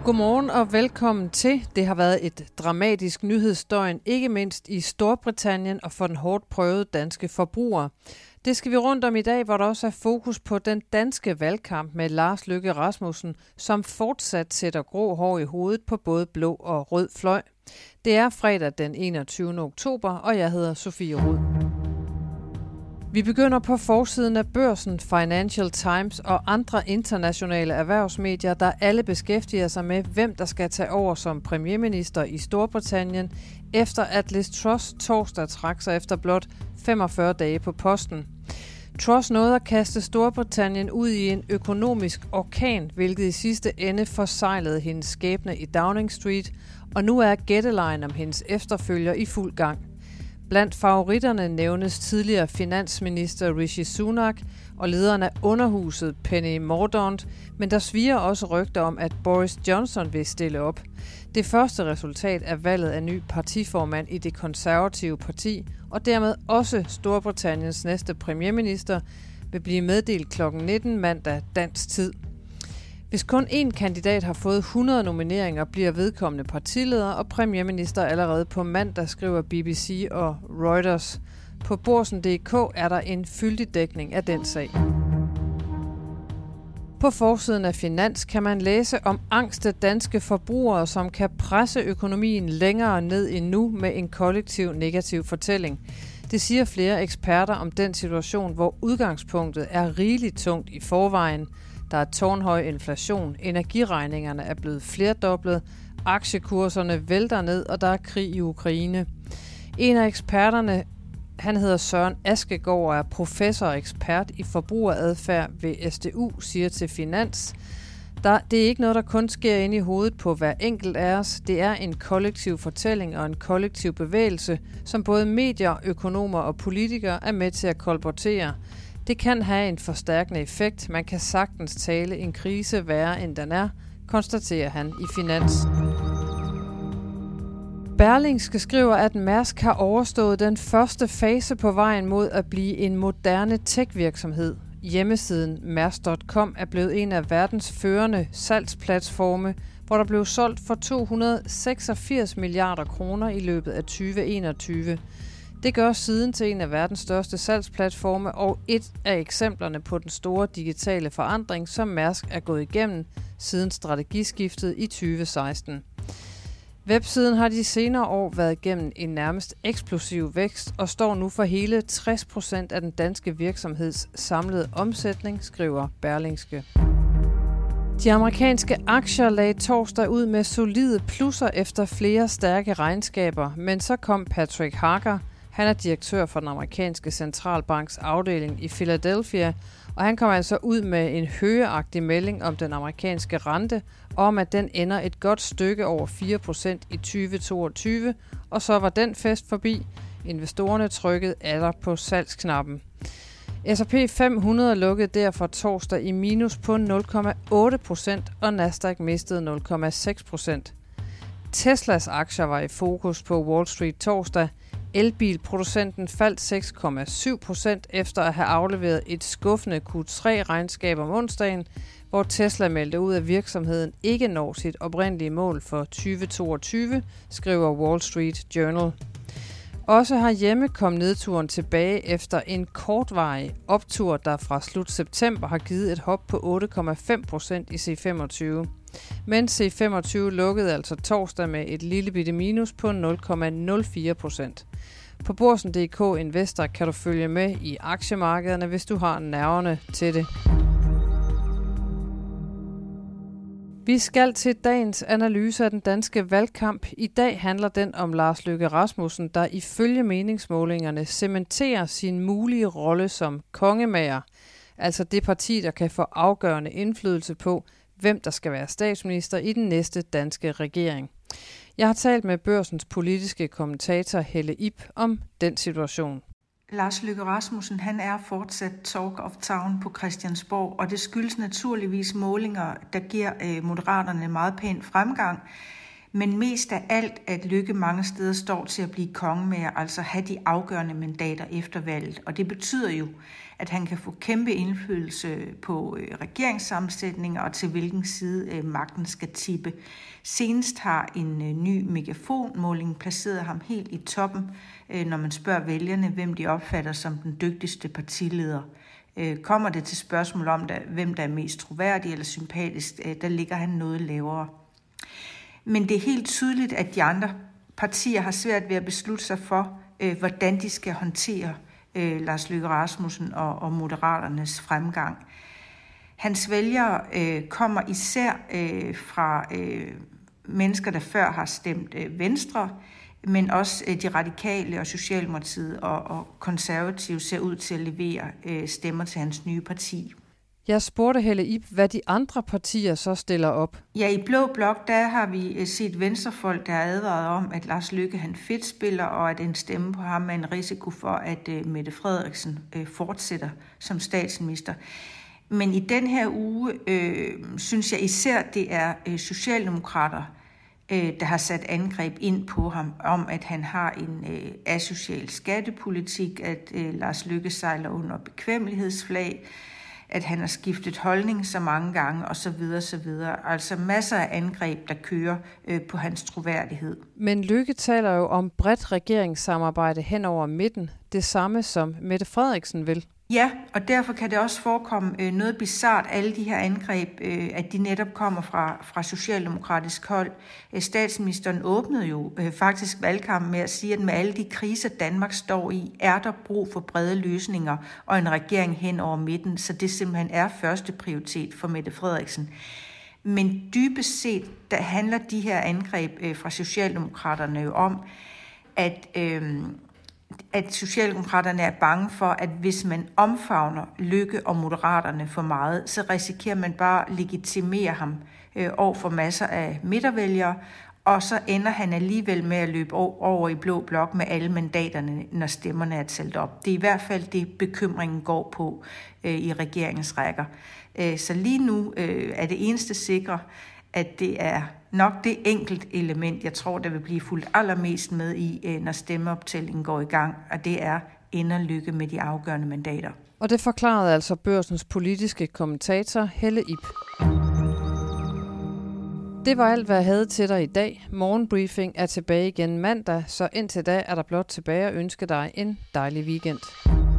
Godmorgen og velkommen til. Det har været et dramatisk nyhedsdøgn, ikke mindst i Storbritannien og for den hårdt prøvede danske forbrugere. Det skal vi rundt om i dag, hvor der også er fokus på den danske valgkamp med Lars Løkke Rasmussen, som fortsat sætter grå hår i hovedet på både blå og rød fløj. Det er fredag den 21. oktober, og jeg hedder Sofie Rud. Vi begynder på forsiden af Børsen, Financial Times og andre internationale erhvervsmedier, der alle beskæftiger sig med, hvem der skal tage over som premierminister i Storbritannien, efter at Liz Truss torsdag trak sig efter blot 45 dage på posten. Truss nåede at kaste Storbritannien ud i en økonomisk orkan, hvilket i sidste ende forsejlede hendes skæbne i Downing Street, og nu er gættelejen om hendes efterfølger i fuld gang. Blandt favoritterne nævnes tidligere finansminister Rishi Sunak og lederen af underhuset Penny Mordaunt, men der sviger også rygter om, at Boris Johnson vil stille op. Det første resultat er valget af ny partiformand i det konservative parti, og dermed også Storbritanniens næste premierminister, vil blive meddelt kl. 19 mandag dansk tid. Hvis kun én kandidat har fået 100 nomineringer, bliver vedkommende partileder og premierminister allerede på mandag, skriver BBC og Reuters. På Børsen.dk er der en fyldig dækning af den sag. På forsiden af Finans kan man læse om angste danske forbrugere, som kan presse økonomien længere ned endnu med en kollektiv negativ fortælling. Det siger flere eksperter om den situation, hvor udgangspunktet er rigeligt tungt i forvejen. Der er tårnhøj inflation, energiregningerne er blevet flerdoblet, aktiekurserne vælter ned, og der er krig i Ukraine. En af eksperterne, han hedder Søren Askegaard og er professor og ekspert i forbrugeradfærd ved SDU, siger til Finans. Det er ikke noget, der kun sker inde i hovedet på hver enkelt af os. Det er en kollektiv fortælling og en kollektiv bevægelse, som både medier, økonomer og politikere er med til at kolportere. Det kan have en forstærkende effekt. Man kan sagtens tale en krise værre end den er, konstaterer han i Finans. Berlingske skriver, at Mærsk har overstået den første fase på vejen mod at blive en moderne tech-virksomhed. Hjemmesiden Mærsk.com er blevet en af verdens førende salgsplatforme, hvor der blev solgt for 286 milliarder kroner i løbet af 2021. Det gør siden til en af verdens største salgsplatforme og et af eksemplerne på den store digitale forandring, som Mærsk er gået igennem siden strategiskiftet i 2016. Websiden har de senere år været igennem en nærmest eksplosiv vækst og står nu for hele 60% af den danske virksomheds samlede omsætning, skriver Berlingske. De amerikanske aktier lagde torsdag ud med solide plusser efter flere stærke regnskaber, men så kom Patrick Harker. Han er direktør for den amerikanske centralbanks afdeling i Philadelphia, og han kom altså ud med en højeagtig melding om den amerikanske rente, og om at den ender et godt stykke over 4% i 2022, og så var den fest forbi. Investorerne trykkede atter på salgsknappen. S&P 500 lukkede derfor torsdag i minus på 0,8%, og Nasdaq mistede 0,6%. Teslas aktier var i fokus på Wall Street torsdag. Elbilproducenten faldt 6,7% efter at have afleveret et skuffende Q3-regnskab om onsdagen, hvor Tesla meldte ud, at virksomheden ikke når sit oprindelige mål for 2022, skriver Wall Street Journal. Også herhjemme kom nedturen tilbage efter en kortvarig optur, der fra slut september har givet et hop på 8,5% i C25. Men C25 lukkede altså torsdag med et lille bitte minus på 0,04%. På Børsen.dk Investor kan du følge med i aktiemarkederne, hvis du har nerverne til det. Vi skal til dagens analyse af den danske valgkamp. I dag handler den om Lars Løkke Rasmussen, der ifølge meningsmålingerne cementerer sin mulige rolle som kongemager, altså det parti, der kan få afgørende indflydelse på, hvem der skal være statsminister i den næste danske regering. Jeg har talt med Børsens politiske kommentator Helle Ib om den situation. Lars Løkke Rasmussen, han er fortsat talk of town på Christiansborg, og det skyldes naturligvis målinger, der giver Moderaterne meget pæn fremgang. Men mest af alt, at Løkke mange steder står til at blive kongemager, altså have de afgørende mandater efter valget. Og det betyder jo, at han kan få kæmpe indflydelse på regeringssammensætninger og til hvilken side magten skal tippe. Senest har en ny megafonmåling placeret ham helt i toppen, når man spørger vælgerne, hvem de opfatter som den dygtigste partileder. Kommer det til spørgsmål om, hvem der er mest troværdig eller sympatisk, der ligger han noget lavere. Men det er helt tydeligt, at de andre partier har svært ved at beslutte sig for, hvordan de skal håndtere Lars Løkke Rasmussen og Moderaternes fremgang. Hans vælgere kommer især fra mennesker, der før har stemt Venstre, men også de radikale og Socialdemokratiet og konservative ser ud til at levere stemmer til hans nye parti. Jeg spurgte Helle Ib, hvad de andre partier så stiller op. Ja, i Blå Blok, der har vi set venstrefolk, der har advaret om, at Lars Løkke han fedt spiller, og at en stemme på ham er en risiko for, at Mette Frederiksen fortsætter som statsminister. Men i den her uge synes jeg især, det er socialdemokrater, der har sat angreb ind på ham, om at han har en asocial skattepolitik, at Lars Løkke sejler under bekvemmelighedsflag, at han har skiftet holdning så mange gange osv. osv. Altså masser af angreb, der kører på hans troværdighed. Men Løkke taler jo om bredt regeringssamarbejde hen over midten, det samme som Mette Frederiksen vil. Ja, og derfor kan det også forekomme noget bizart, alle de her angreb, at de netop kommer fra socialdemokratisk hold. Statsministeren åbnede jo faktisk valgkampen med at sige, at med alle de kriser, Danmark står i, er der brug for brede løsninger og en regering hen over midten, så det simpelthen er første prioritet for Mette Frederiksen. Men dybest set, der handler de her angreb fra Socialdemokraterne jo om, at Socialdemokraterne er bange for, at hvis man omfavner Løkke og Moderaterne for meget, så risikerer man bare at legitimere ham over for masser af midtervælgere, og så ender han alligevel med at løbe over i Blå Blok med alle mandaterne, når stemmerne er talt op. Det er i hvert fald det, bekymringen går på i regeringens rækker. Så lige nu er det eneste sikre, at det er nok det enkelt element, jeg tror, der vil blive fulgt allermest med i, når stemmeoptællingen går i gang, og det er ender Løkke med de afgørende mandater. Og det forklarede altså Børsens politiske kommentator Helle Ib. Det var alt, hvad jeg havde til dig i dag. Morgenbriefing er tilbage igen mandag, så indtil da er der blot tilbage at ønske dig en dejlig weekend.